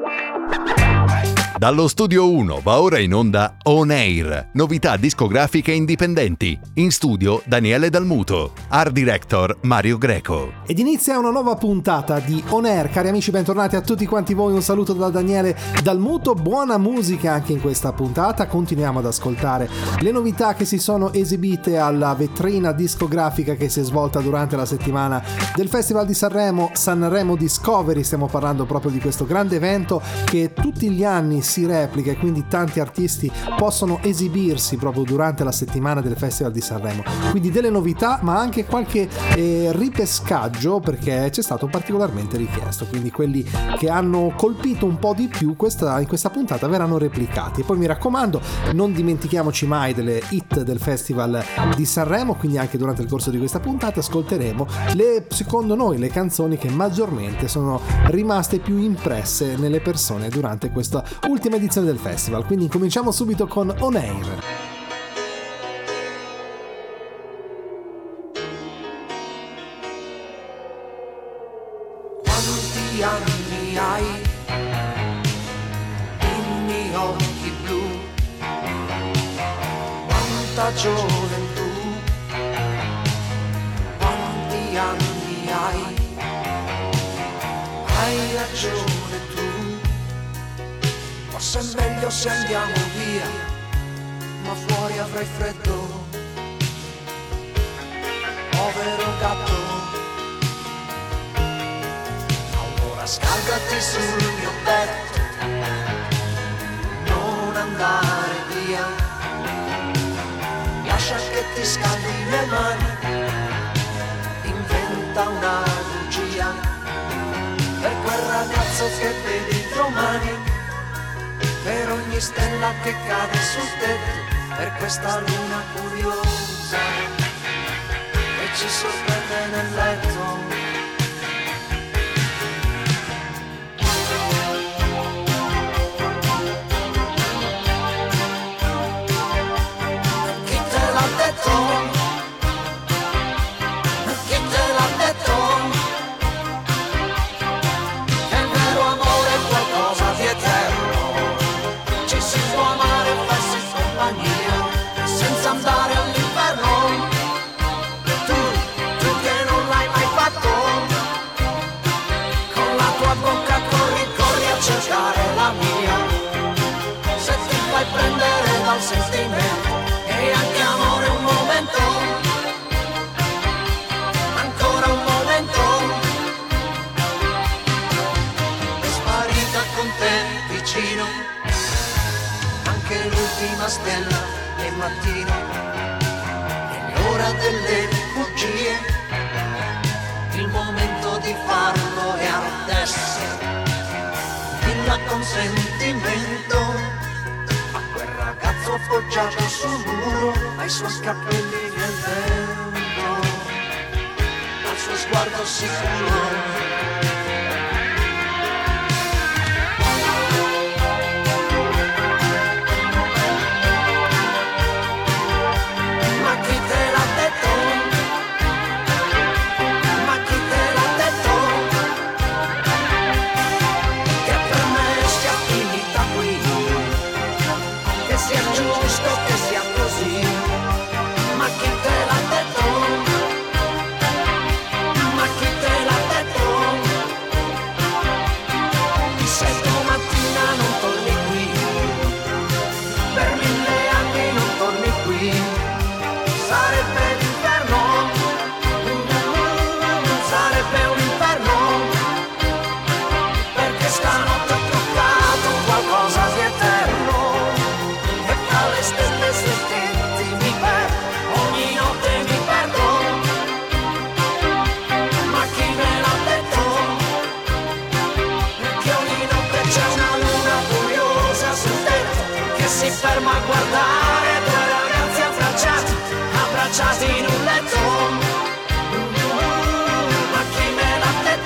Dallo Studio 1 va ora in onda On Air, novità discografiche indipendenti. In studio Daniele Dalmuto, art director Mario Greco. Ed inizia una nuova puntata di On Air. Cari amici, bentornati a tutti quanti voi, un saluto da Daniele Dalmuto, buona musica anche in questa puntata. Continuiamo ad ascoltare le novità che si sono esibite alla vetrina discografica che si è svolta durante la settimana del Festival di Sanremo Discovery. Stiamo parlando proprio di questo grande evento che tutti gli anni si replica e quindi tanti artisti possono esibirsi proprio durante la settimana del Festival di Sanremo. Quindi delle novità, ma anche qualche ripescaggio, perché c'è stato particolarmente richiesto, quindi quelli che hanno colpito un po' di più in questa puntata verranno replicati. E poi mi raccomando, non dimentichiamoci mai delle hit del Festival di Sanremo, quindi anche durante il corso di questa puntata ascolteremo secondo noi le canzoni che maggiormente sono rimaste più impresse nelle persone durante questa ultima edizione del festival. Quindi cominciamo subito con On Air. Quanti anni hai? Dimmi occhi blu. Quanta gioventù? Quanti anni hai? Hai ragione tu. Forse è meglio se andiamo via, ma fuori avrai freddo. Povero gatto. Allora scaldati sul mio petto, non andare via. Lascia che ti scaldi le mani, inventa una bugia per quel ragazzo che vedi domani. Per ogni stella che cade sul tetto, per questa luna curiosa che ci sorprende nel letto. Chi te l'ha detto? Chi te l'ha detto? Che il vero amore è qualcosa di eterno. Si può amare e farsi compagnia senza andare all'inferno. Tu che non l'hai mai fatto, con la tua bocca corri a cercare la mia. Se ti fai prendere dal sentimento e anche amore un momento, ancora un momento, è sparita con te vicino anche l'ultima stella del mattino. È l'ora delle bugie, il momento di farlo è adesso. Dilla con sentimento a quel ragazzo appoggiato sul muro, ai suoi capelli nel vento, al suo sguardo sicuro. Ma chi te l'ha detto?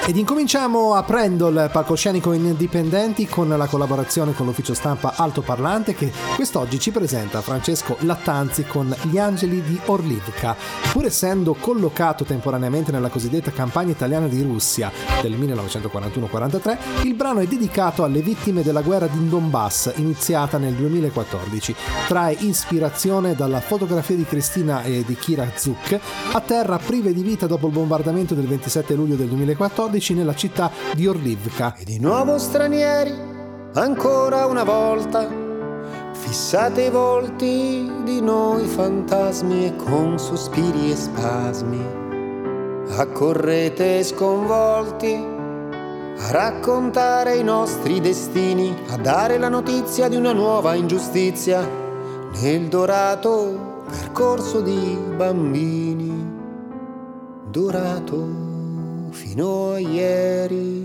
Ed incominciamo aprendo il palcoscenico indipendenti con la collaborazione con l'ufficio stampa Altoparlante, che quest'oggi ci presenta Francesco Lattanzi con Gli Angeli di Orlivka. Pur essendo collocato temporaneamente nella cosiddetta campagna italiana di Russia del 1941-43, il brano è dedicato alle vittime della guerra di Donbass iniziata nel 2014. Trae ispirazione dalla fotografia di Cristina e di Kira Zuk a terra prive di vita dopo il bombardamento del 27 luglio del 2014 nella città di Orlivka. E di nuovo stranieri, ancora una volta, fissate i volti di noi fantasmi e con sospiri e spasmi accorrete sconvolti a raccontare i nostri destini, a dare la notizia di una nuova ingiustizia nel dorato percorso di bambini, dorato fino a ieri.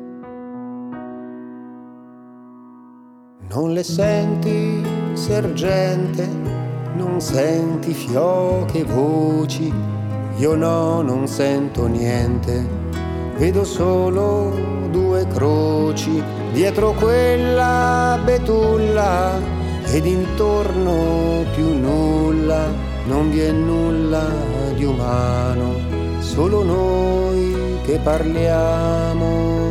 Non le senti, sergente, non senti fioche voci, io no, non sento niente, vedo solo due croci, dietro quella betulla ed intorno più nulla, non vi è nulla di umano, solo noi che parliamo.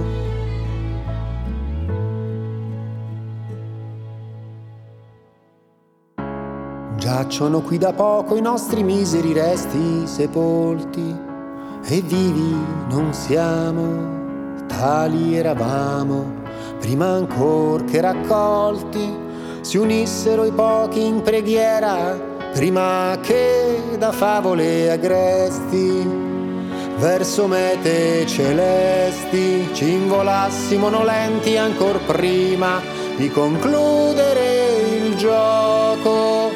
Giacciono qui da poco i nostri miseri resti sepolti e vivi non siamo, tali eravamo, prima ancor che raccolti si unissero i pochi in preghiera, prima che da favole agresti verso mete celesti ci involassimo nolenti ancor prima di concludere il gioco.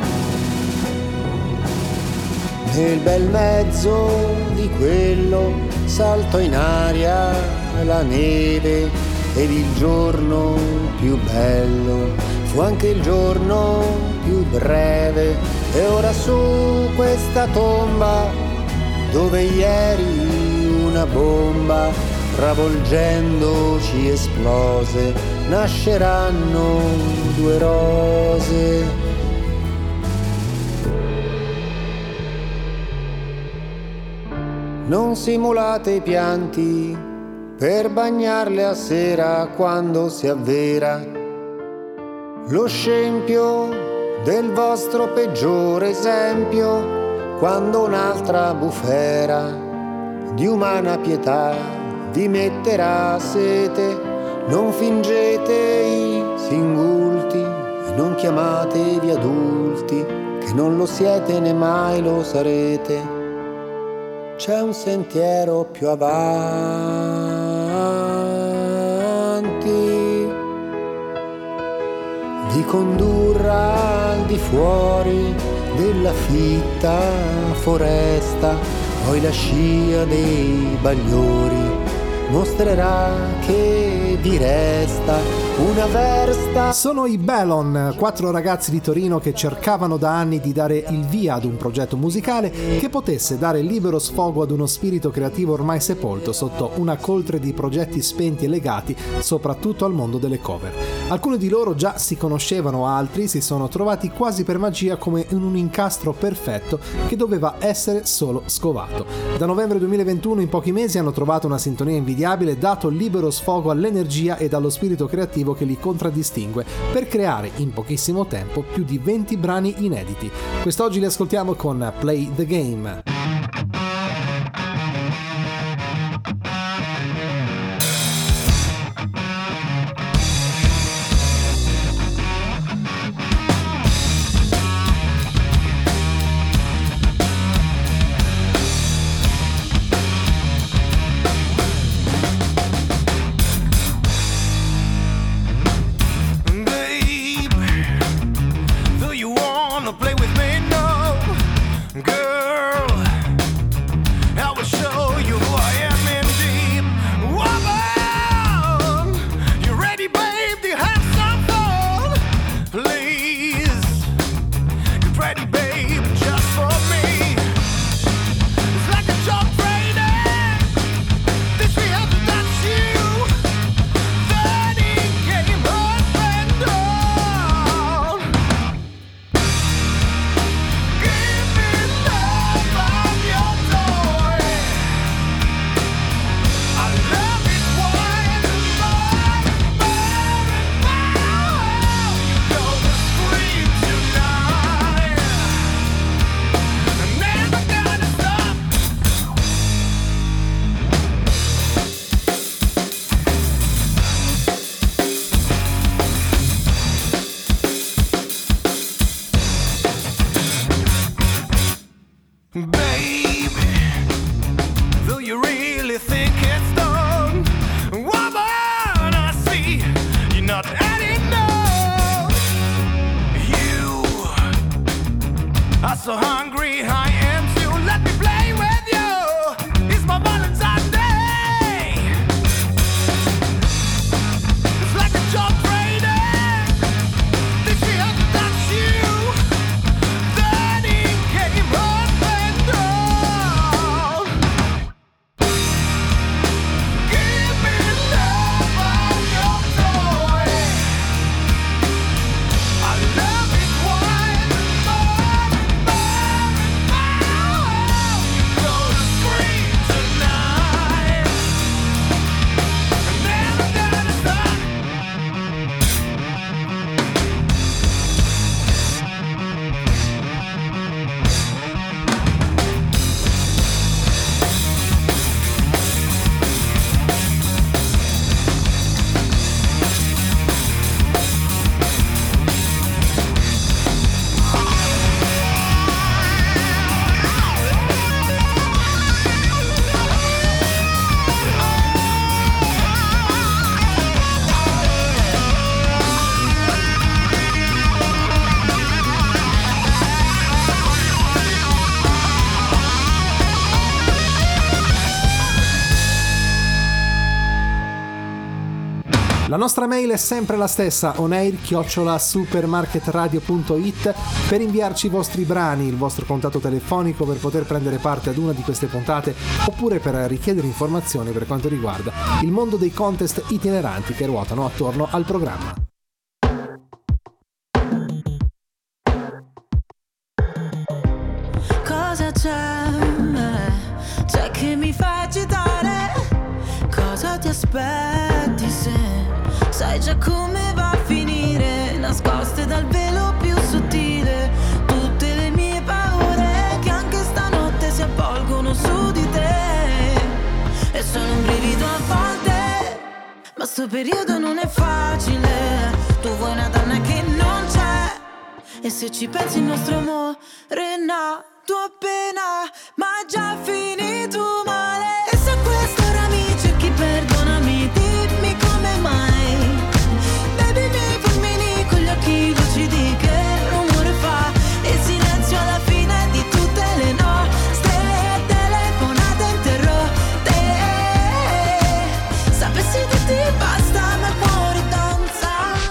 Nel bel mezzo di quello saltò in aria la neve ed il giorno più bello fu anche il giorno più breve. E ora su questa tomba dove ieri una bomba travolgendoci esplose, nasceranno due rose. Non simulate i pianti per bagnarle a sera quando si avvera lo scempio del vostro peggiore esempio, quando un'altra bufera di umana pietà vi metterà sete. Non fingete i singulti e non chiamatevi adulti, che non lo siete né mai lo sarete. C'è un sentiero più avanti, vi condurrà al di fuori della fitta foresta, poi la scia dei bagliori mostrerà che vi resta una versta. Sono i Bellon, 4 ragazzi di Torino che cercavano da anni di dare il via ad un progetto musicale che potesse dare libero sfogo ad uno spirito creativo ormai sepolto sotto una coltre di progetti spenti e legati soprattutto al mondo delle cover. Alcuni di loro già si conoscevano, altri si sono trovati quasi per magia come in un incastro perfetto che doveva essere solo scovato. Da novembre 2021 in pochi mesi hanno trovato una sintonia invidiabile, dato libero sfogo all'energia e allo spirito creativo che li contraddistingue per creare in pochissimo tempo più di 20 brani inediti. Quest'oggi li ascoltiamo con Play the Game. Play with me, no, girl. so hungry, I am too. Let me play with you. It's my Valentine's Day. It's like a job training. Did she have to touch you? Then he came up and down. Give me love on your toy. I love it wild and more and more and more. Go to scream tonight. I'm never gonna stop. La nostra mail è sempre la stessa, onair@supermarketradio.it, per inviarci i vostri brani, il vostro contatto telefonico per poter prendere parte ad una di queste puntate, oppure per richiedere informazioni per quanto riguarda il mondo dei contest itineranti che ruotano attorno al programma. Cosa c'è? C'è che mi fa agitare? Cosa ti aspetti se sai già come va a finire? Nascoste dal velo più sottile tutte le mie paure che anche stanotte si avvolgono su di te. E sono un brivido a volte, ma sto periodo non è facile. Tu vuoi una donna che non c'è, e se ci pensi il nostro amore è nato appena, ma già finito male. E se a quest'ora mi cerchi, perdonami, dimmi come mai. Bevi i miei fulmini con gli occhi lucidi, che rumore fa il silenzio alla fine di tutte le nostre telefonate interrotte. Sapessi che ti basta, ma il cuore danza.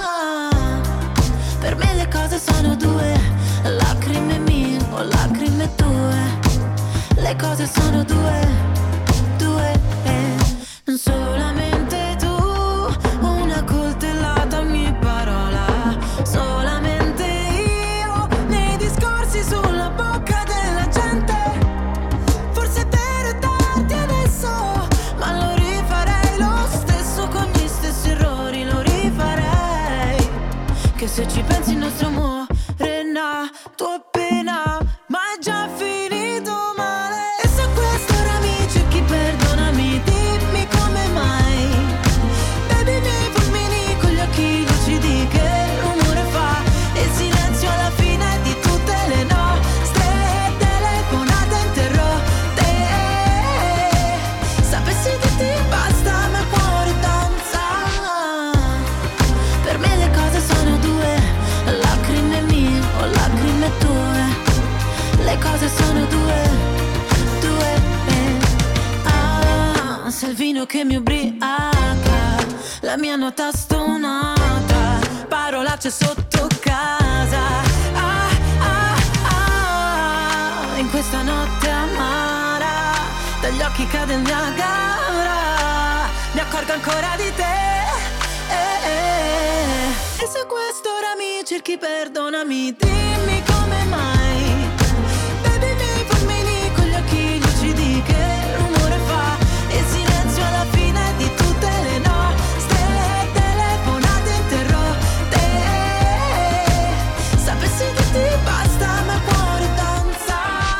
Per me le cose sono due, lacrime mie o lacrime tue. Le cose sono due, due, solamente tu, una coltellata ogni parola, solamente io, nei discorsi sulla bocca della gente. Forse è vero è tardi adesso, ma lo rifarei lo stesso, con gli stessi errori lo rifarei. Che se ci pensi il nostro amore è nato appena, ma è già finito male. E se a quest'ora mi cerchi, perdonami, dimmi come mai. Bevi i miei fulmini con gli occhi lucidi, che rumore fa il silenzio alla fine di tutte le nostre telefonate interrotte. Sapessi che ti basta, ma il cuore danza. Per me le cose sono due, lacrime mie o lacrime tue. Le cose sono due, due, ah, se il vino che mi ubriaca, la mia nota stonata, parolacce sotto casa. Ah, ah, ah, in questa notte amara, dagli occhi cade il Niagara, mi accorgo ancora di te. E se a quest'ora mi cerchi, perdonami, dimmi come mai. Bevi i miei fulmini con gli occhi lucidi, che rumore fa il silenzio alla fine di tutte le nostre telefonate interrotte. Sapessi che ti basta, ma il cuore danza.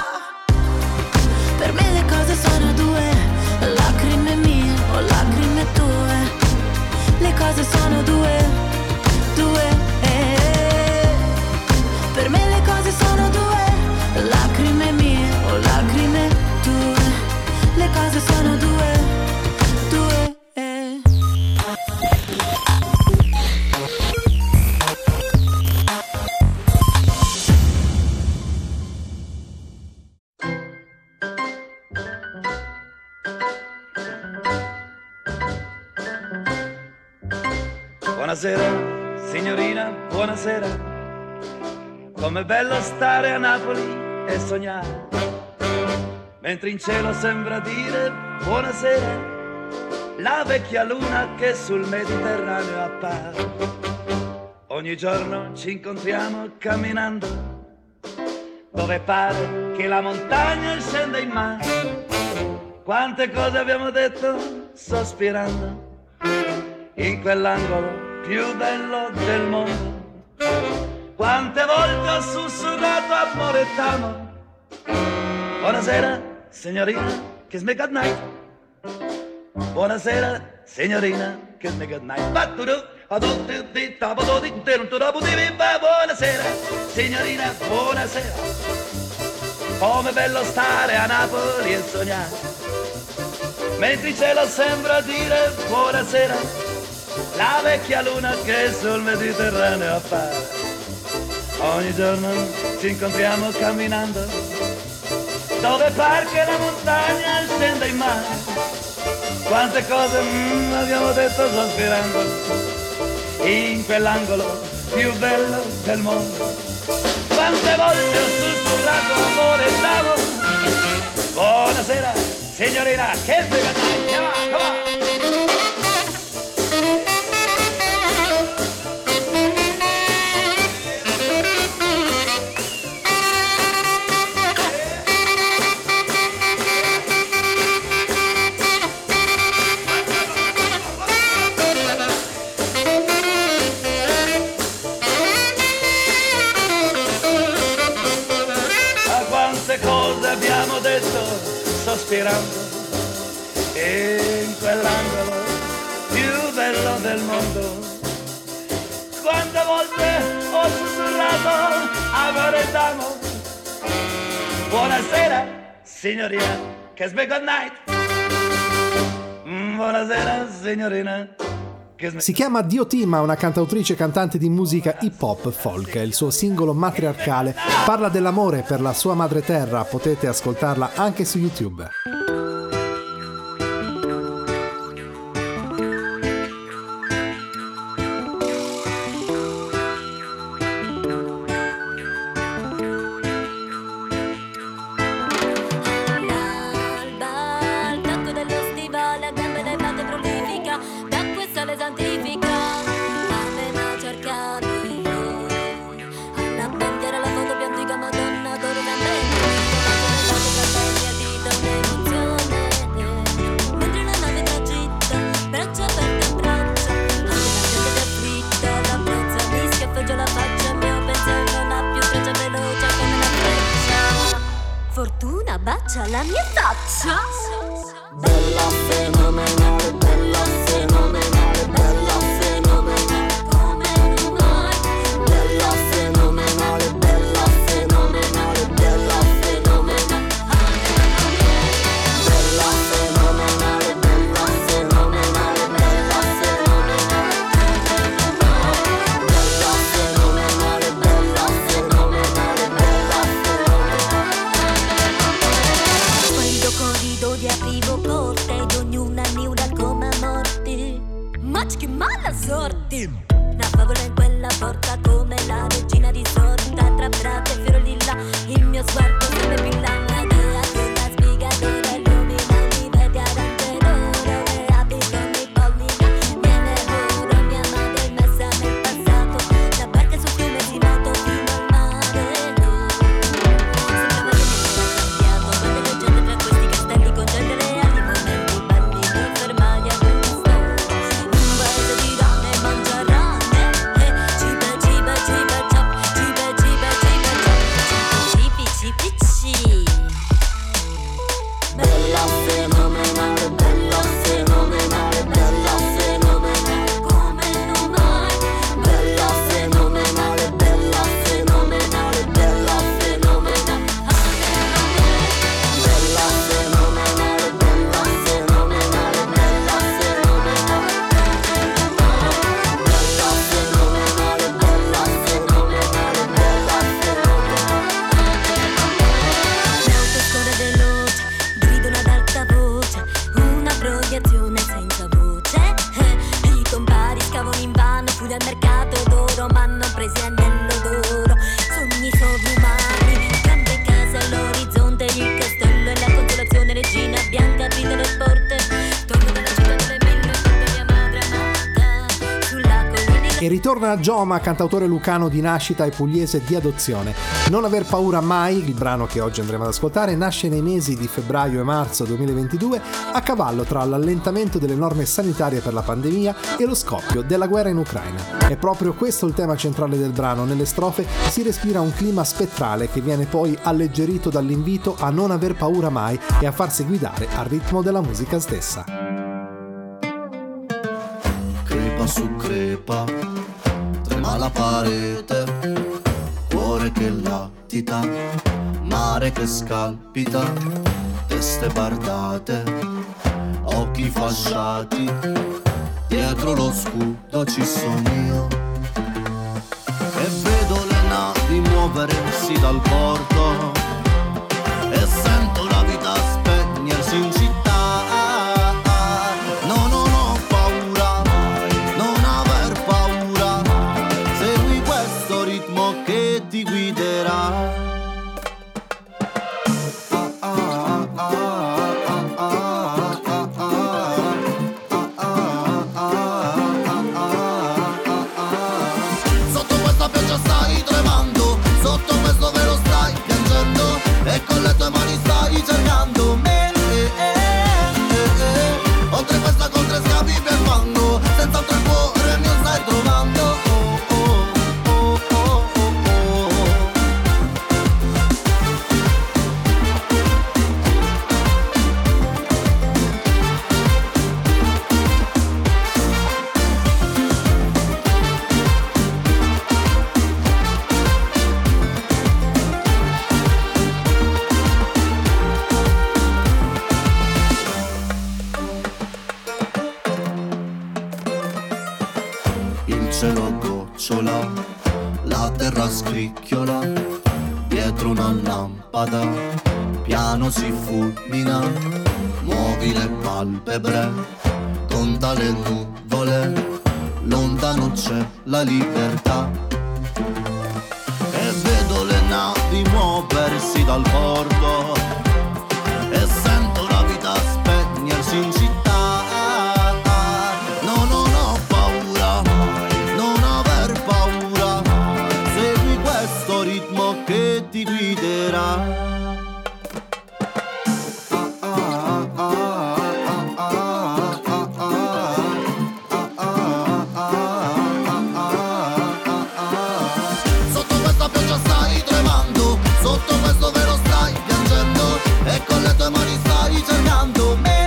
Per me le cose sono due, lacrime mie o lacrime tue. Le cose sono due, due, per me le cose sono due, lacrime mie o lacrime tue. Le cose sono due, due. Buonasera, signorina, buonasera. Com'è bello stare a Napoli e sognare, mentre in cielo sembra dire buonasera la vecchia luna che sul Mediterraneo appare. Ogni giorno ci incontriamo camminando, dove pare che la montagna scenda in mare. Quante cose abbiamo detto sospirando in quell'angolo più bello del mondo. Quante volte ho sussurrato amore t'amo. Buonasera signorina, kiss me good night. Buonasera signorina, kiss me good night. Buonasera signorina, buonasera. Com'è bello stare a Napoli e sognare, mentre in cielo sembra dire buonasera la vecchia luna che sul Mediterraneo appare. Ogni giorno ci incontriamo camminando, dove par che la montagna scenda in mare. Quante cose abbiamo detto sospirando in quell'angolo più bello del mondo. Quante volte ho sussurrato amore t'amo. Buonasera signorina, che sega dai, come on. Sospirando in quell'angolo più bello del mondo. Quante volte ho sussurrato amore t'amo. Buonasera signorina, kiss me good night. Buonasera signorina. Si chiama Dio Tima, una cantautrice e cantante di musica hip hop folk. Il suo singolo Matriarcale parla dell'amore per la sua madre terra. Potete ascoltarla anche su YouTube. Fortuna bacia la mia faccia. Bella fenomenale, bella fenomenale, bella fenomenale, Come non hai. bella fenomenale, bella fenomenale, bella fenomenale, bella fenomenale, bella fenomenale, bella fenomenale, bella fenomenale, bella fenomenale, bella Quando corridoi aprivo porte ed ognuna niura come a morte. Ma che mala sorte! Una favola in quella porta come la regina risorta. Tra braccia e fiori lilla, il mio sguardo sempre brillante. Dea che una spiegatore illumina mi vede arante d'oro. E abito nei pollici, viene oro. Mia madre messa nel passato, la barca sul fiume si nuota fino al mare. Sembrava che mi avesse cambiato, quante leggende tra questi castelli con gente reali, momenti belli mi fermai a gusto. Un paese di donne mangia rane, cibe cibe cibe ciap, cibe cibe cibe ciap, cibi cibi cibi. chiude al mercato d'oro ma non presi l'anello d'oro. Sogni sovrumani, grande casa all'orizzonte, il castello e la consolazione, regina bianca aprite le porte, torno dalla città delle mille, porto mia madre amata sulla collina. E ritorna Gioma, cantautore lucano di nascita e pugliese di adozione. Non aver paura mai, il brano che oggi andremo ad ascoltare, nasce nei mesi di febbraio e marzo 2022 a cavallo tra l'allentamento delle norme sanitarie per la pandemia e lo scoppio della guerra in Ucraina. È proprio questo il tema centrale del brano. Nelle strofe si respira un clima spettrale che viene poi alleggerito dall'invito a non aver paura mai e a farsi guidare al ritmo della musica stessa. Crepa su crepa, trema la parete, cuore che latita, mare che scalpita, teste bardate, occhi fasciati, dietro lo scudo ci sono io, e vedo le navi muoversi dal porto, e sento la vita spegnersi in città. No, non ho paura, non aver paura, segui questo ritmo che ti guiderà. Sotto questa pioggia stai tremando, sotto questo velo stai piangendo, e con le tue mani stai cercando me. Oltre questa contra scavi per fango, senza altro il cuore mio stai trovando. Il cielo gocciola, la terra scricchiola, dietro una lampada, piano si fulmina, muovi le palpebre, conta le nuvole, lontano c'è la libertà, e vedo le navi muoversi dal porto, e sento la vita spegnersi in città. No, non ho paura, non aver paura, segui questo ritmo che ti guiderà. Sotto questa pioggia stai tremando, sotto questo velo stai piangendo, e con le tue mani stai cercando me.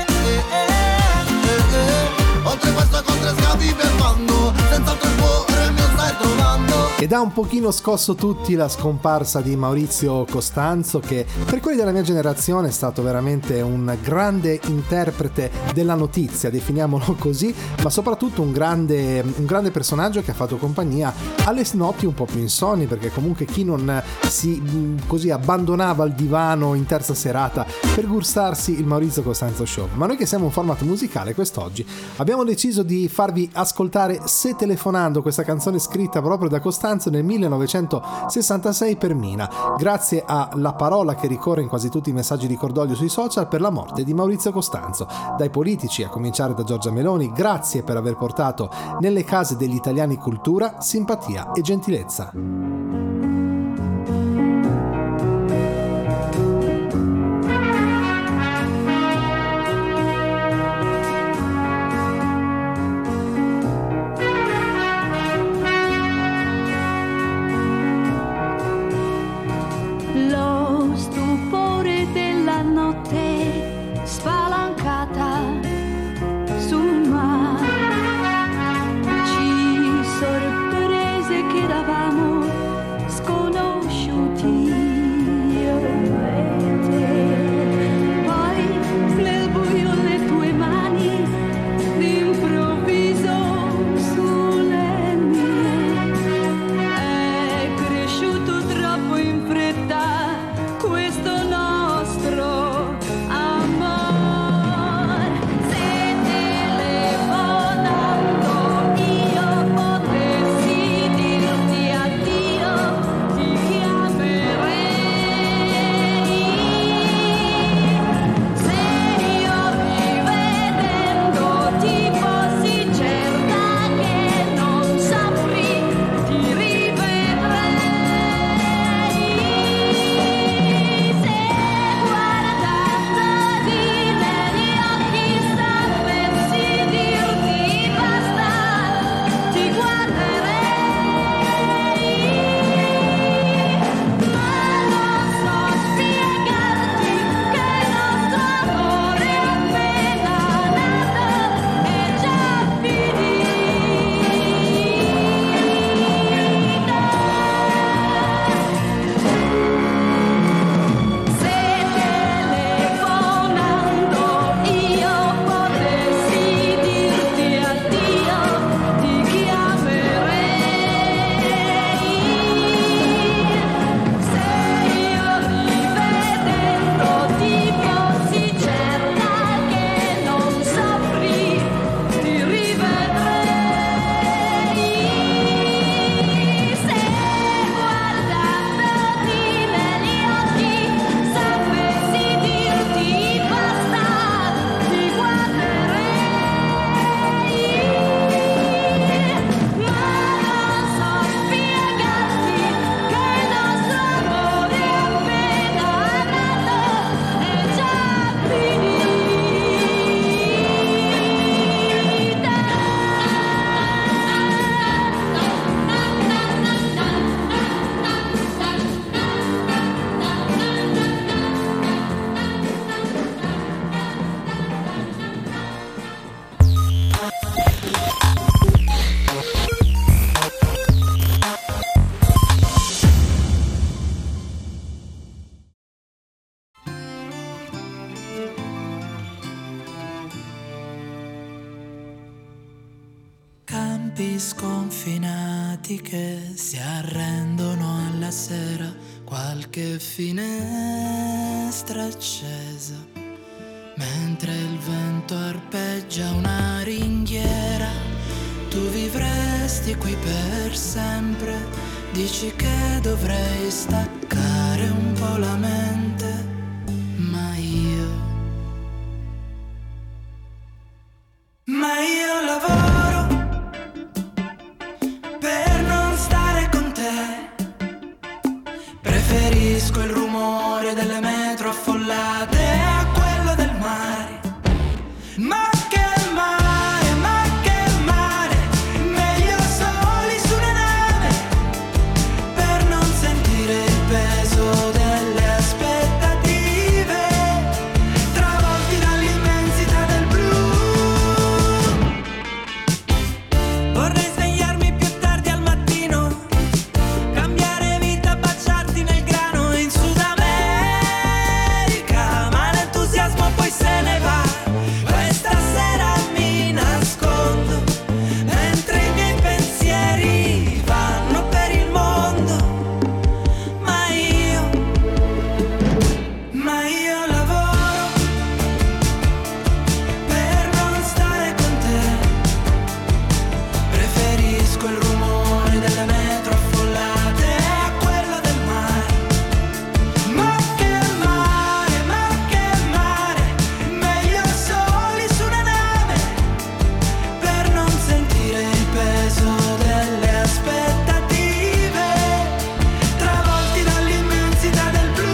Oltre questa contra scavi per fango, senza altro il cuore mio stai trovando. Ed ha un pochino scosso tutti la scomparsa di Maurizio Costanzo, che per quelli della mia generazione è stato veramente un grande interprete della notizia, definiamolo così, ma soprattutto un grande personaggio che ha fatto compagnia alle notti un po' più insonni, perché comunque chi non si così abbandonava al divano in terza serata per gustarsi il Maurizio Costanzo Show. Ma noi che siamo un format musicale, quest'oggi abbiamo deciso di farvi ascoltare Se telefonando, questa canzone scritta proprio da Costanzo nel 1966 per Mina, grazie alla parola che ricorre in quasi tutti i messaggi di cordoglio sui social per la morte di Maurizio Costanzo. Dai politici, a cominciare da Giorgia Meloni, grazie per aver portato nelle case degli italiani cultura, simpatia e gentilezza. Lo stupore della notte spalancata sul mare ci sorprese che eravamo innamorati che si arrendono alla sera, qualche finestra accesa, mentre il vento arpeggia una ringhiera. Tu vivresti qui per sempre, dici che dovrei staccare un po' la mente, ma io lavoro per non stare con te. Preferisco il rumore delle metro affollate a quello del mare. Ma che mare, ma che mare, meglio soli su una nave, per non sentire il peso delle aspettative, travolti dall'immensità del blu. Vorrei svegliarmi più tardi al mattino, cambiare vita, baciarti nel grano in Sud America, ma l'entusiasmo poi se ne va. Questa sera mi nascondo, mentre i miei pensieri vanno per il mondo. Ma io lavoro per non stare con te. Preferisco il rumore delle metro affollate a quello del mare. Ma che mare, meglio soli su una nave, per non sentire il peso delle aspettative, travolti dall'immensità del blu.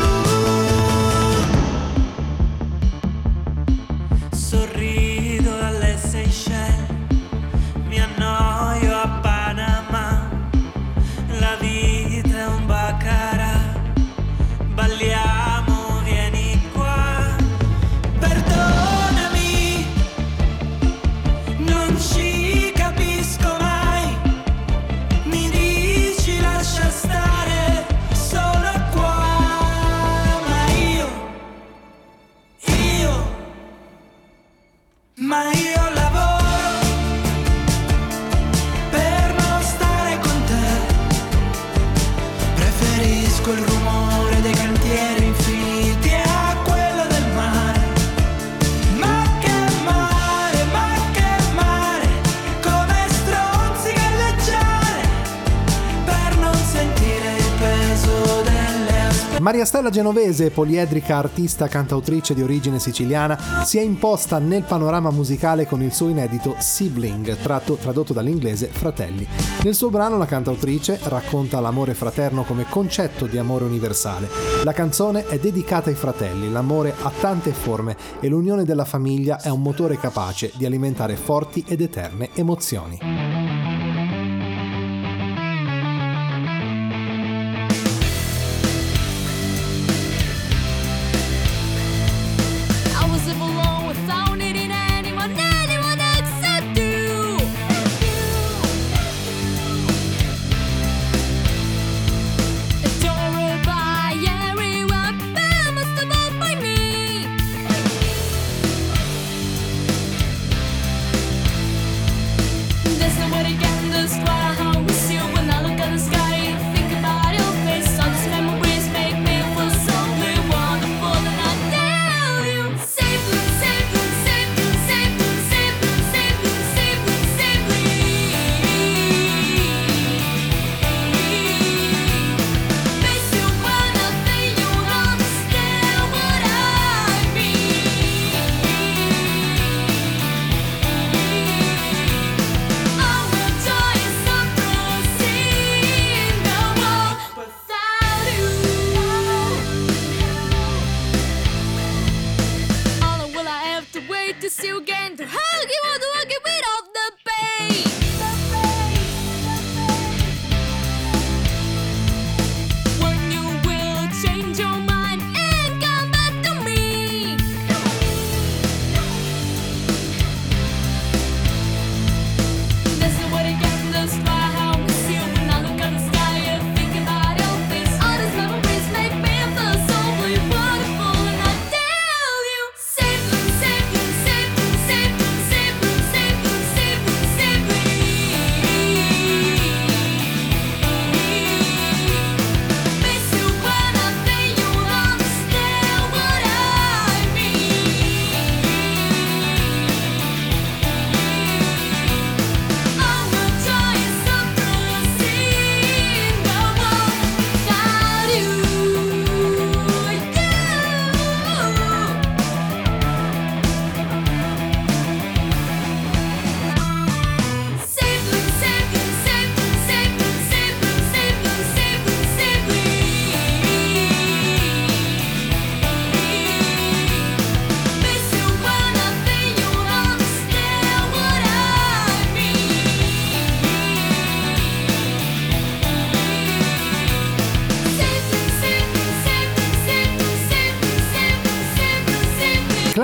Sorrido alle Seychelles, mi annoio a Panama, la vita è un baccarat, balliamo, vieni qua. Perdonami, non ci capisco mai, mi dici lascia stare, sono qua. Ma io lavoro per non stare con te. Preferisco il rumore dei cantieri infiniti a quello del mare. Ma che mare, come stronzi galleggiare, per non sentire il peso delle aspettative. Maria Stella Genovese, poliedrica artista cantautrice di origine siciliana, si è imposta nel panorama musicale con il suo inedito Sibling, tradotto dall'inglese fratelli. Nel suo brano la cantautrice racconta l'amore fraterno come concetto di amore universale. La canzone è dedicata ai fratelli, l'amore ha tante forme e l'unione della famiglia è un motore capace di alimentare forti ed eterne emozioni. I was live alone without needing anyone except you. Adored by everyone, but most of all by me. There's no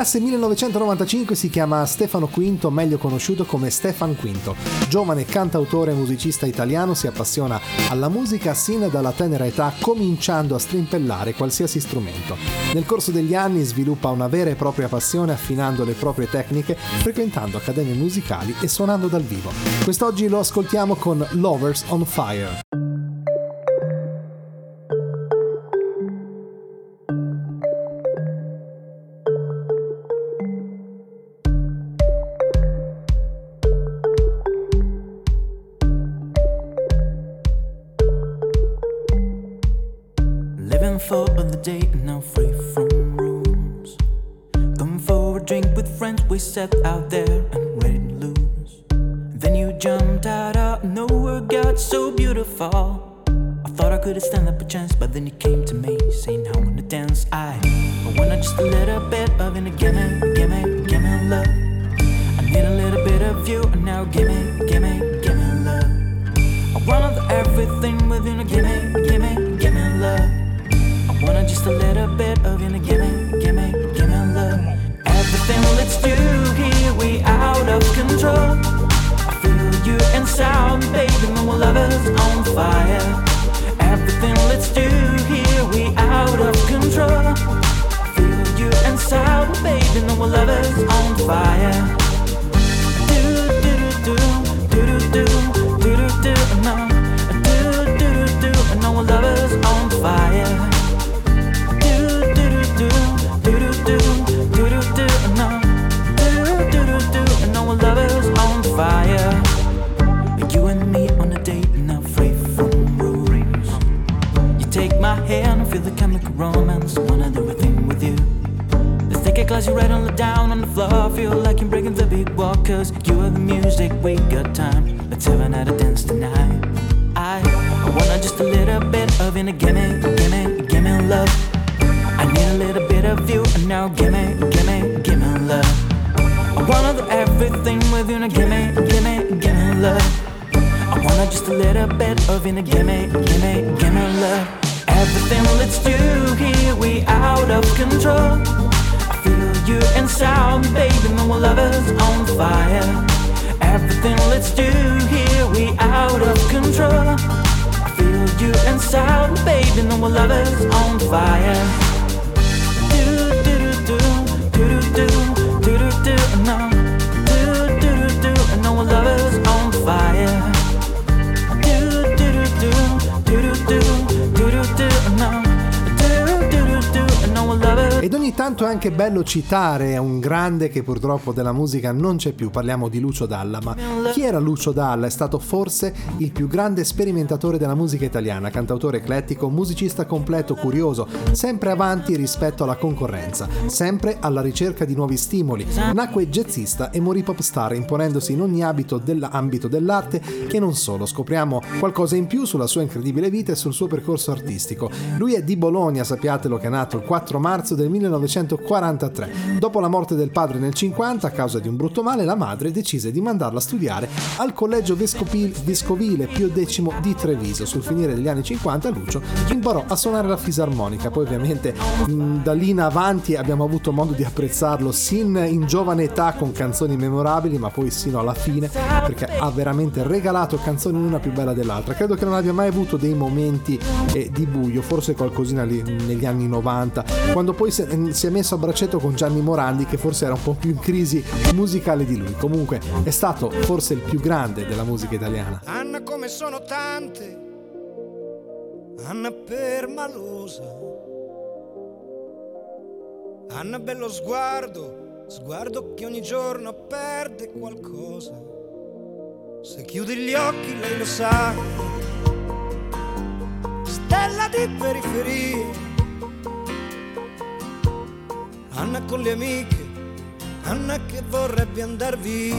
Classe 1995, si chiama Stefano Quinto, meglio conosciuto come Stefan Quinto. Giovane cantautore e musicista italiano, si appassiona alla musica sin dalla tenera età, cominciando a strimpellare qualsiasi strumento. Nel corso degli anni sviluppa una vera e propria passione, affinando le proprie tecniche, frequentando accademie musicali e suonando dal vivo. Quest'oggi lo ascoltiamo con Lovers on Fire. Living for the day and now free from rules. Going for a drink with friends, we sat out there and ready to lose. Then you jumped out of nowhere, got so beautiful. I thought I could stand up a chance, but then you came to me saying I wanna dance. I wanna just a little bit of it. Gimme love. I need a little bit of you, and now gimme love. I want everything within a gimme love. I wanna just a little bit of you, gimme love. Everything let's do here, we out of control. I feel you inside, baby, and we're lovers on fire. Everything let's do here, we out of control. I feel you inside, baby, and we're lovers on fire. Do do do do do do do do do no. Do do do do, and we're lovers on fire. Do do do do do do do do do no. Do do do do, and we're lovers on fire. You and me on a date now, free from rules. You take my hand, feel the chemical romance, wanna do everything with you. Let's take a glass, you right on the down on the floor. Feel like you're breaking the big wall, cause you are the music, we got time. Let's have another dance tonight. I wanna just a little bit of it, gimme love. I need a little bit of you, and now gimme love. I wanna do everything with you, now gimme love. I wanna just a little bit of it, gimme love. Everything let's do here, we out of control. I feel you inside, baby, and we're lovers on fire. Everything let's do here, we out of control. I feel you inside, baby, and we're lovers on fire. Do do do do do do do do do no. Do do do do, and we're lovers on fire. Do do do do do do do do do no. Do do do do, and we're lovers. Ed ogni tanto è anche bello citare un grande che purtroppo della musica non c'è più, parliamo di Lucio Dalla. Ma chi era Lucio Dalla? È stato forse il più grande sperimentatore della musica italiana, cantautore eclettico, musicista completo, curioso, sempre avanti rispetto alla concorrenza, sempre alla ricerca di nuovi stimoli. Nacque jazzista e morì pop star, imponendosi in ogni ambito dell'arte e non solo. Scopriamo qualcosa in più sulla sua incredibile vita e sul suo percorso artistico. Lui è di Bologna, sappiatelo, che è nato il 4 marzo del 1943. Dopo la morte del padre nel 50, a causa di un brutto male, la madre decise di mandarla a studiare al collegio vescovile Pio X di Treviso. Sul finire degli anni 50 Lucio imparò a suonare la fisarmonica, poi ovviamente da lì in avanti abbiamo avuto modo di apprezzarlo sin in giovane età con canzoni memorabili, ma poi sino alla fine, perché ha veramente regalato canzoni una più bella dell'altra. Credo che non abbia mai avuto dei momenti di buio, forse qualcosina lì negli anni 90, quando poi si è messo a braccetto con Gianni Morandi, che forse era un po' più in crisi musicale di lui. Comunque è stato forse il più grande della musica italiana. Anna come sono tante, Anna permalosa, Anna bello sguardo che ogni giorno perde qualcosa. Se chiudi gli occhi lei lo sa, stella di periferia. Anna con le amiche, Anna che vorrebbe andar via.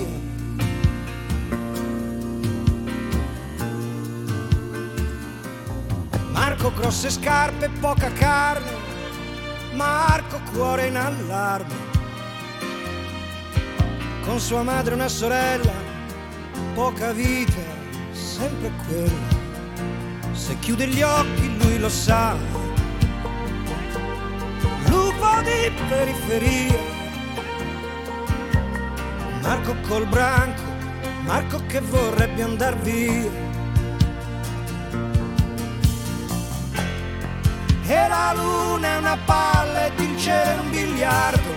Marco grosse scarpe, poca carne, Marco cuore in allarme. Con sua madre una sorella, poca vita, sempre quella. Se chiude gli occhi lui lo sa, lupo di periferia. Marco col branco, Marco che vorrebbe andar via. E la luna è una palla ed il cielo è un biliardo.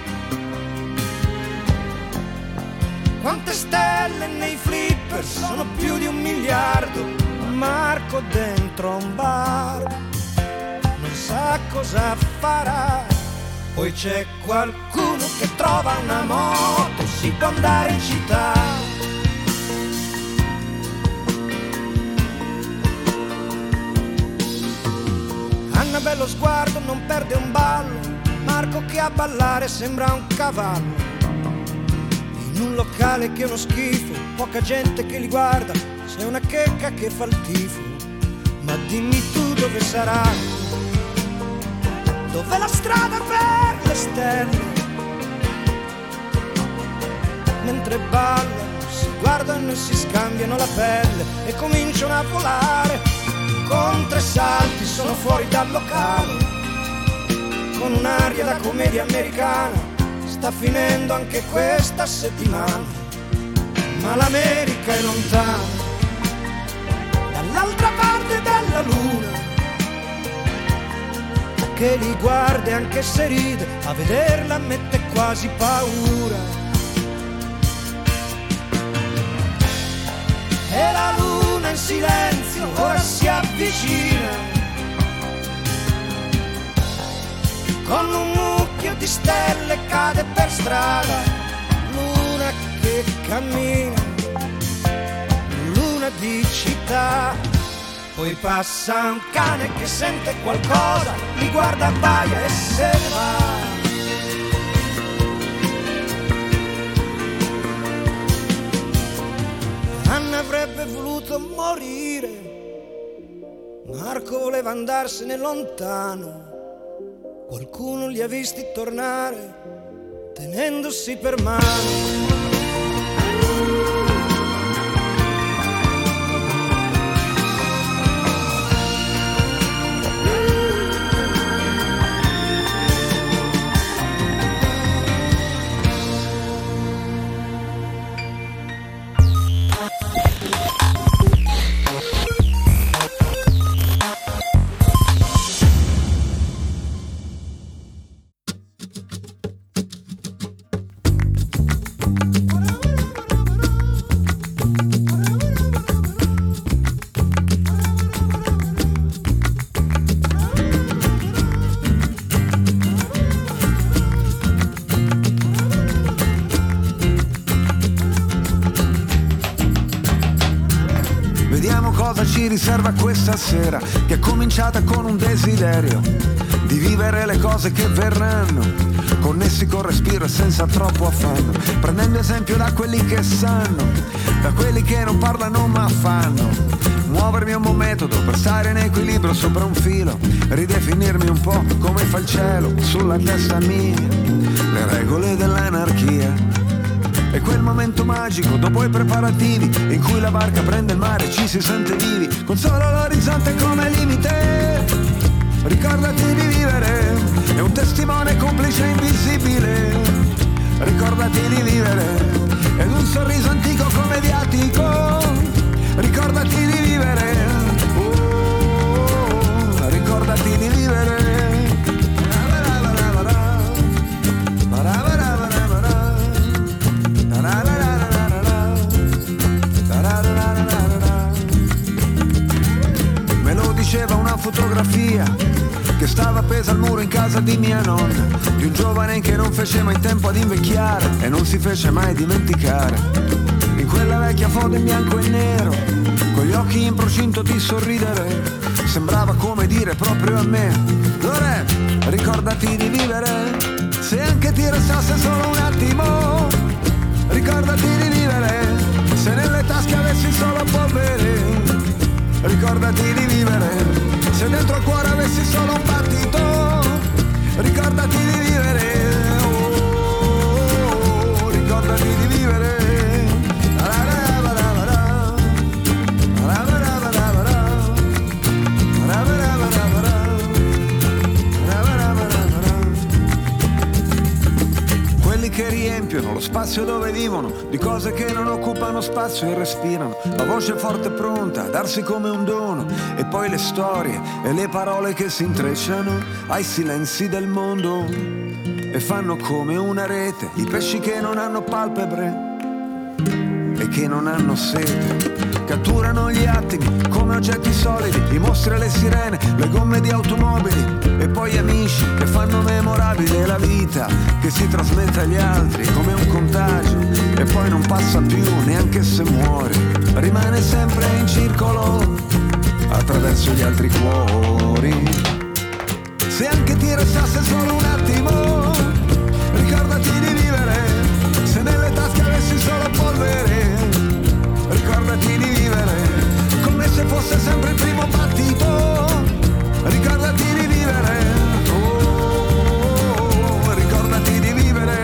Quante stelle nei flipper, sono più di 1 miliardo. Marco dentro a un bar, non sa cosa farà. Poi c'è qualcuno che trova una moto, si può andare in città. Anna bello sguardo, non perde un ballo. Marco che a ballare sembra un cavallo. In un locale che è uno schifo, poca gente che li guarda, c'è una checca che fa il tifo. Ma dimmi tu dove sarà, dov'è la strada per le stelle? Mentre ballano, si guardano e si scambiano la pelle e cominciano a volare. Con 3 salti sono fuori dal locale, con un'aria da commedia americana. Sta finendo anche questa settimana, ma l'America è lontana, dall'altra parte della luna, che li guarda e anche se ride, a vederla mette quasi paura. E la luna in silenzio ora si avvicina, con un mucchio di stelle cade per strada. Luna che cammina, luna di città. Poi passa un cane che sente qualcosa, li guarda, abbaia e se ne va. Anna avrebbe voluto morire, Marco voleva andarsene lontano. Qualcuno li ha visti tornare, tenendosi per mano. Ci riserva questa sera, che è cominciata con un desiderio di vivere le cose che verranno, connessi col respiro e senza troppo affanno, prendendo esempio da quelli che sanno, da quelli che non parlano ma fanno. Muovermi è un buon metodo per stare in equilibrio sopra un filo, ridefinirmi un po' come fa il cielo sulla testa mia, le regole dell'anarchia. E quel momento magico dopo i preparativi, in cui la barca prende il mare e ci si sente vivi, con solo l'orizzonte come limite. Ricordati di vivere, è un testimone complice invisibile. Ricordati di vivere, ed un sorriso antico come viatico. Ricordati di vivere, ricordati di vivere. Me lo diceva una fotografia che stava appesa al muro in casa di mia nonna, di un giovane che non fece mai tempo ad invecchiare e non si fece mai dimenticare. In quella vecchia foto in bianco e nero, con gli occhi in procinto di sorridere, sembrava come dire proprio a me: Lore, ricordati di vivere, se anche ti restasse solo un attimo. Ricordati di vivere, se nelle tasche avessi solo polvere. Ricordati di vivere, se dentro il cuore avessi solo un battito. Ricordati di vivere, ricordati di vivere. Quelli che riempiono riempiono lo spazio dove vivono di cose che non occupano spazio e respirano. La voce forte e pronta a darsi come un dono, e poi le storie e le parole che si intrecciano ai silenzi del mondo e fanno come una rete i pesci che non hanno palpebre e che non hanno sete. Catturano gli attimi come oggetti solidi, i mostri e le sirene, le gomme di automobili, e poi amici che fanno memorabile la vita che si trasmette agli altri come un contagio e poi non passa più neanche se muore, rimane sempre in circolo attraverso gli altri cuori. Se anche ti restasse solo un attimo, ricordati di vivere. Se nelle tasche avessi solo polvere, ricordati di vivere, come se fosse sempre il primo battito, ricordati di vivere, oh, ricordati di vivere.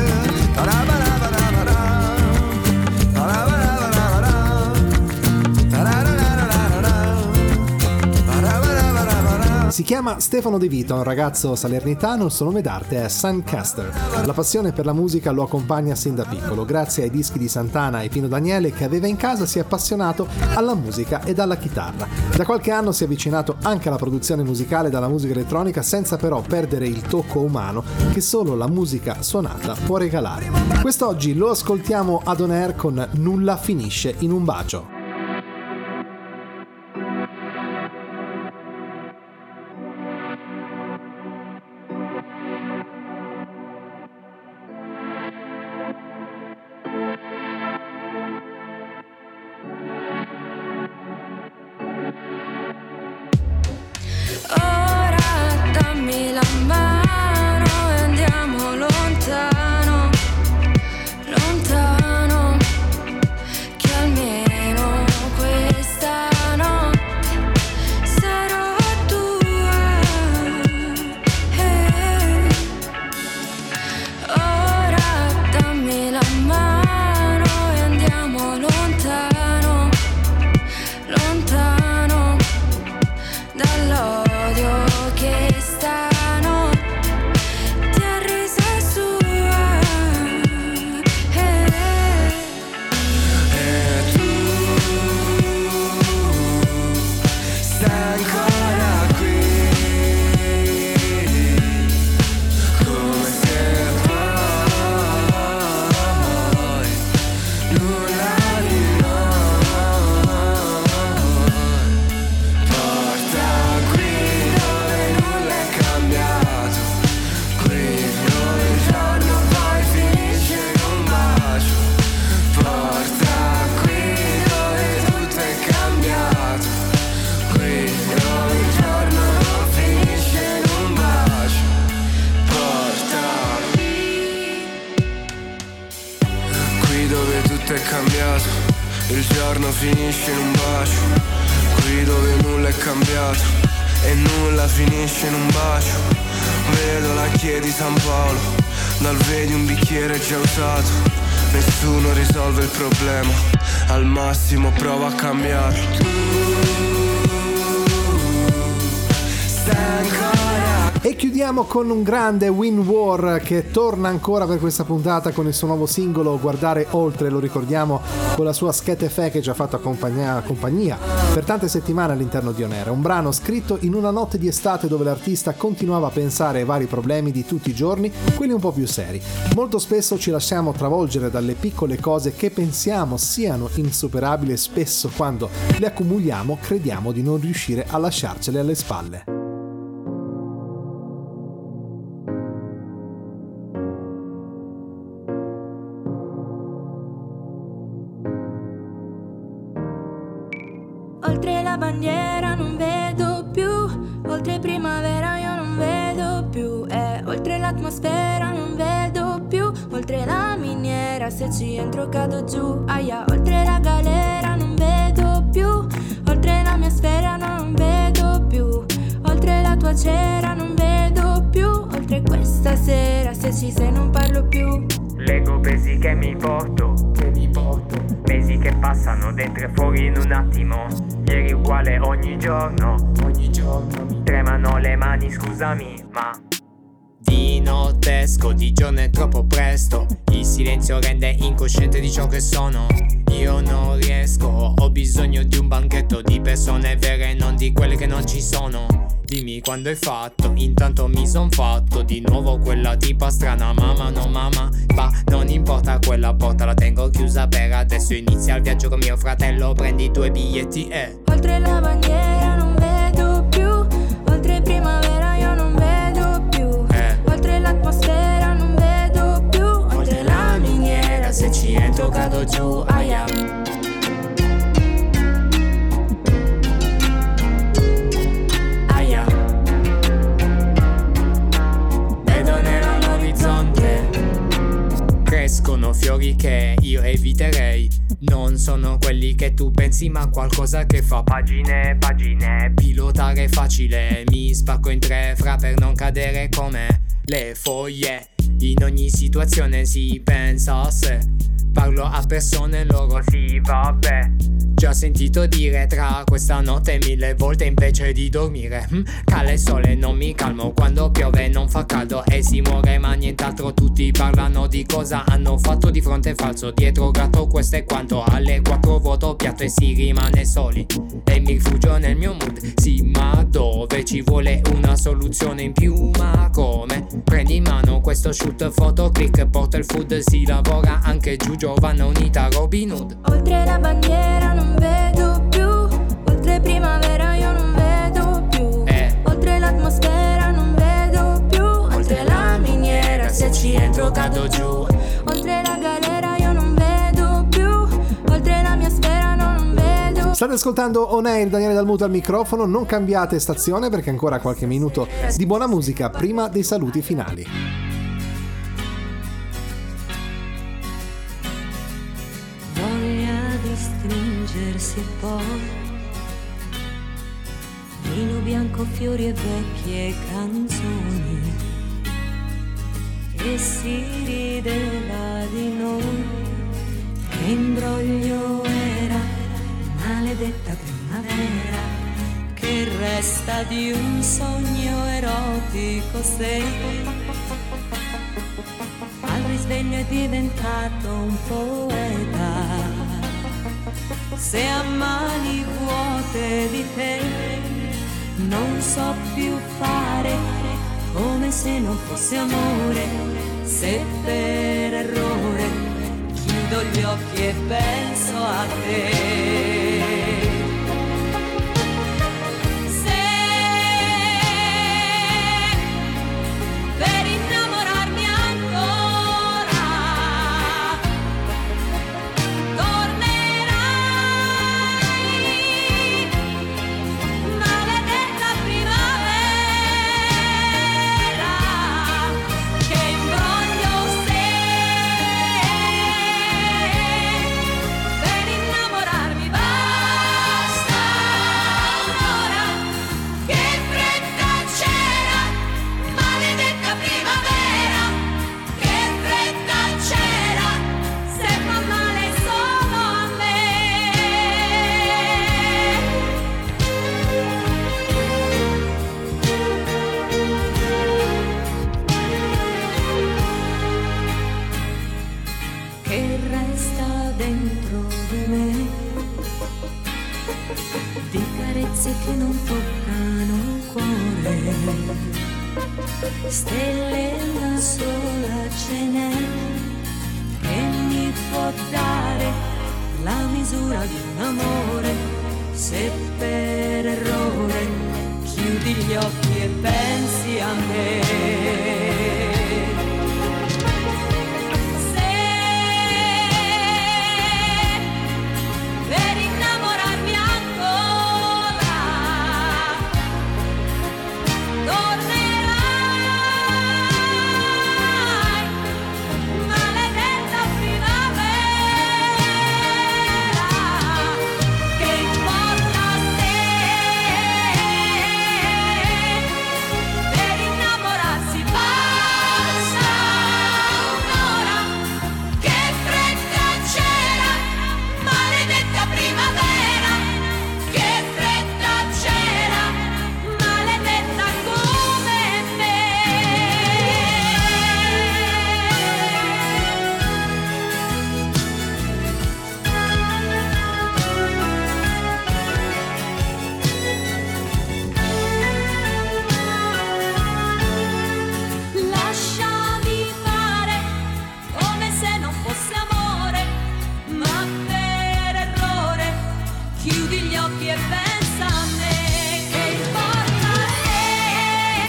Si chiama Stefano De Vito, un ragazzo salernitano, il suo nome d'arte è Suncaster. La passione per la musica lo accompagna sin da piccolo. Grazie ai dischi di Santana e Pino Daniele che aveva in casa si è appassionato alla musica ed alla chitarra. Da qualche anno si è avvicinato anche alla produzione musicale dalla musica elettronica, senza però perdere il tocco umano che solo la musica suonata può regalare. Quest'oggi lo ascoltiamo ad On Air con Nulla finisce in un bacio. Il giorno finisce in un bacio, qui dove nulla è cambiato e nulla finisce in un bacio. Vedo la chiesa di San Paolo, dal vedi un bicchiere già usato. Nessuno risolve il problema, al massimo prova a cambiarlo. Stai ancora. E chiudiamo con un grande Win War che torna ancora per questa puntata con il suo nuovo singolo Guardare Oltre. Lo ricordiamo con la sua Skete Fe che ci ha fatto compagnia per tante settimane all'interno di On Air. Un brano scritto in una notte di estate dove l'artista continuava a pensare ai vari problemi di tutti i giorni, quelli un po' più seri. Molto spesso ci lasciamo travolgere dalle piccole cose che pensiamo siano insuperabili e spesso quando le accumuliamo crediamo di non riuscire a lasciarcele alle spalle. Oltre la bandiera non vedo più, oltre primavera io non vedo più, e oltre l'atmosfera non vedo più, oltre la miniera se ci entro cado giù, aia, oltre la galera non vedo più, oltre la mia sfera non vedo più, oltre la tua cera non vedo più, oltre questa sera se ci sei non parlo più. Lego pesi che mi porto, mesi che passano dentro e fuori in un attimo. Ieri uguale ogni giorno mi tremano le mani, scusami, ma Di notte esco, di giorno è troppo presto. Il silenzio rende incosciente di ciò che sono. Io non riesco, ho bisogno di un banchetto di persone vere, non di quelle che non ci sono. Dimmi quando è fatto, intanto mi son fatto di nuovo quella tipa strana. Mamma, no mamma, ma non importa, quella porta la tengo chiusa per adesso. Inizia il viaggio con mio fratello, prendi 2 biglietti e oltre la bandiera non vedo più, oltre primavera io non vedo più, oltre l'atmosfera non vedo più, oltre la miniera se ci entro cado giù, aia. Crescono fiori che io eviterei. Non sono quelli che tu pensi, ma qualcosa che fa pagine e pagine. Pilotare facile, mi spacco in 3 fra per non cadere come le foglie. In ogni situazione si pensa a sé. Parlo a persone, loro sì vabbè. Già sentito dire tra questa notte 1000 volte invece di dormire. Cala il sole, non mi calmo, quando piove non fa caldo e si muore ma nient'altro. Tutti parlano di cosa hanno fatto di fronte falso. Dietro gatto questo è quanto, alle 4 voto piatto e si rimane soli. E mi rifugio nel mio mood, sì ma dove? Ci vuole una soluzione in più, ma come? Prendi in mano questo shoot, foto, click, porta il food. Si lavora anche giù, Giovanna unita Robin Hood. Oltre la bandiera non vedo più, oltre primavera io non vedo più, oltre l'atmosfera non vedo più, oltre la miniera se ci entro cado giù, oltre la galera io non vedo più, oltre la mia sfera non vedo. State ascoltando On Air, Daniele Dal Muto al microfono, non cambiate stazione perché ancora qualche minuto di buona musica prima dei saluti finali. Voglia di stringersi poi, vino bianco, fiori e vecchie canzoni, e si rideva di noi. Che imbroglio era, maledetta primavera, che resta di un sogno erotico se al risveglio è diventato un poeta. Se a mani vuote di te non so più fare, come se non fosse amore, se per errore chiudo gli occhi e penso a te. Che non toccano il cuore, stelle una sola ce n'è che mi può dare la misura di un amore. Se per errore chiudi gli occhi e pensi a me. Che importa se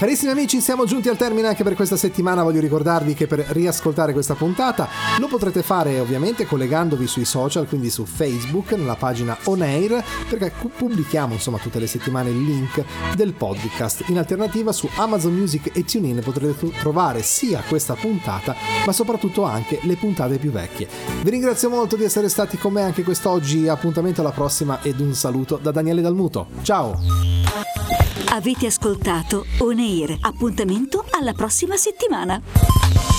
Carissimi amici, siamo giunti al termine anche per questa settimana. Voglio ricordarvi che per riascoltare questa puntata lo potrete fare ovviamente collegandovi sui social, quindi su Facebook, nella pagina On Air, perché pubblichiamo insomma tutte le settimane il link del podcast. In alternativa su Amazon Music e TuneIn potrete trovare sia questa puntata ma soprattutto anche le puntate più vecchie. Vi ringrazio molto di essere stati con me anche quest'oggi, appuntamento alla prossima ed un saluto da Daniele Dalmuto. Ciao! Avete ascoltato On Air, appuntamento alla prossima settimana.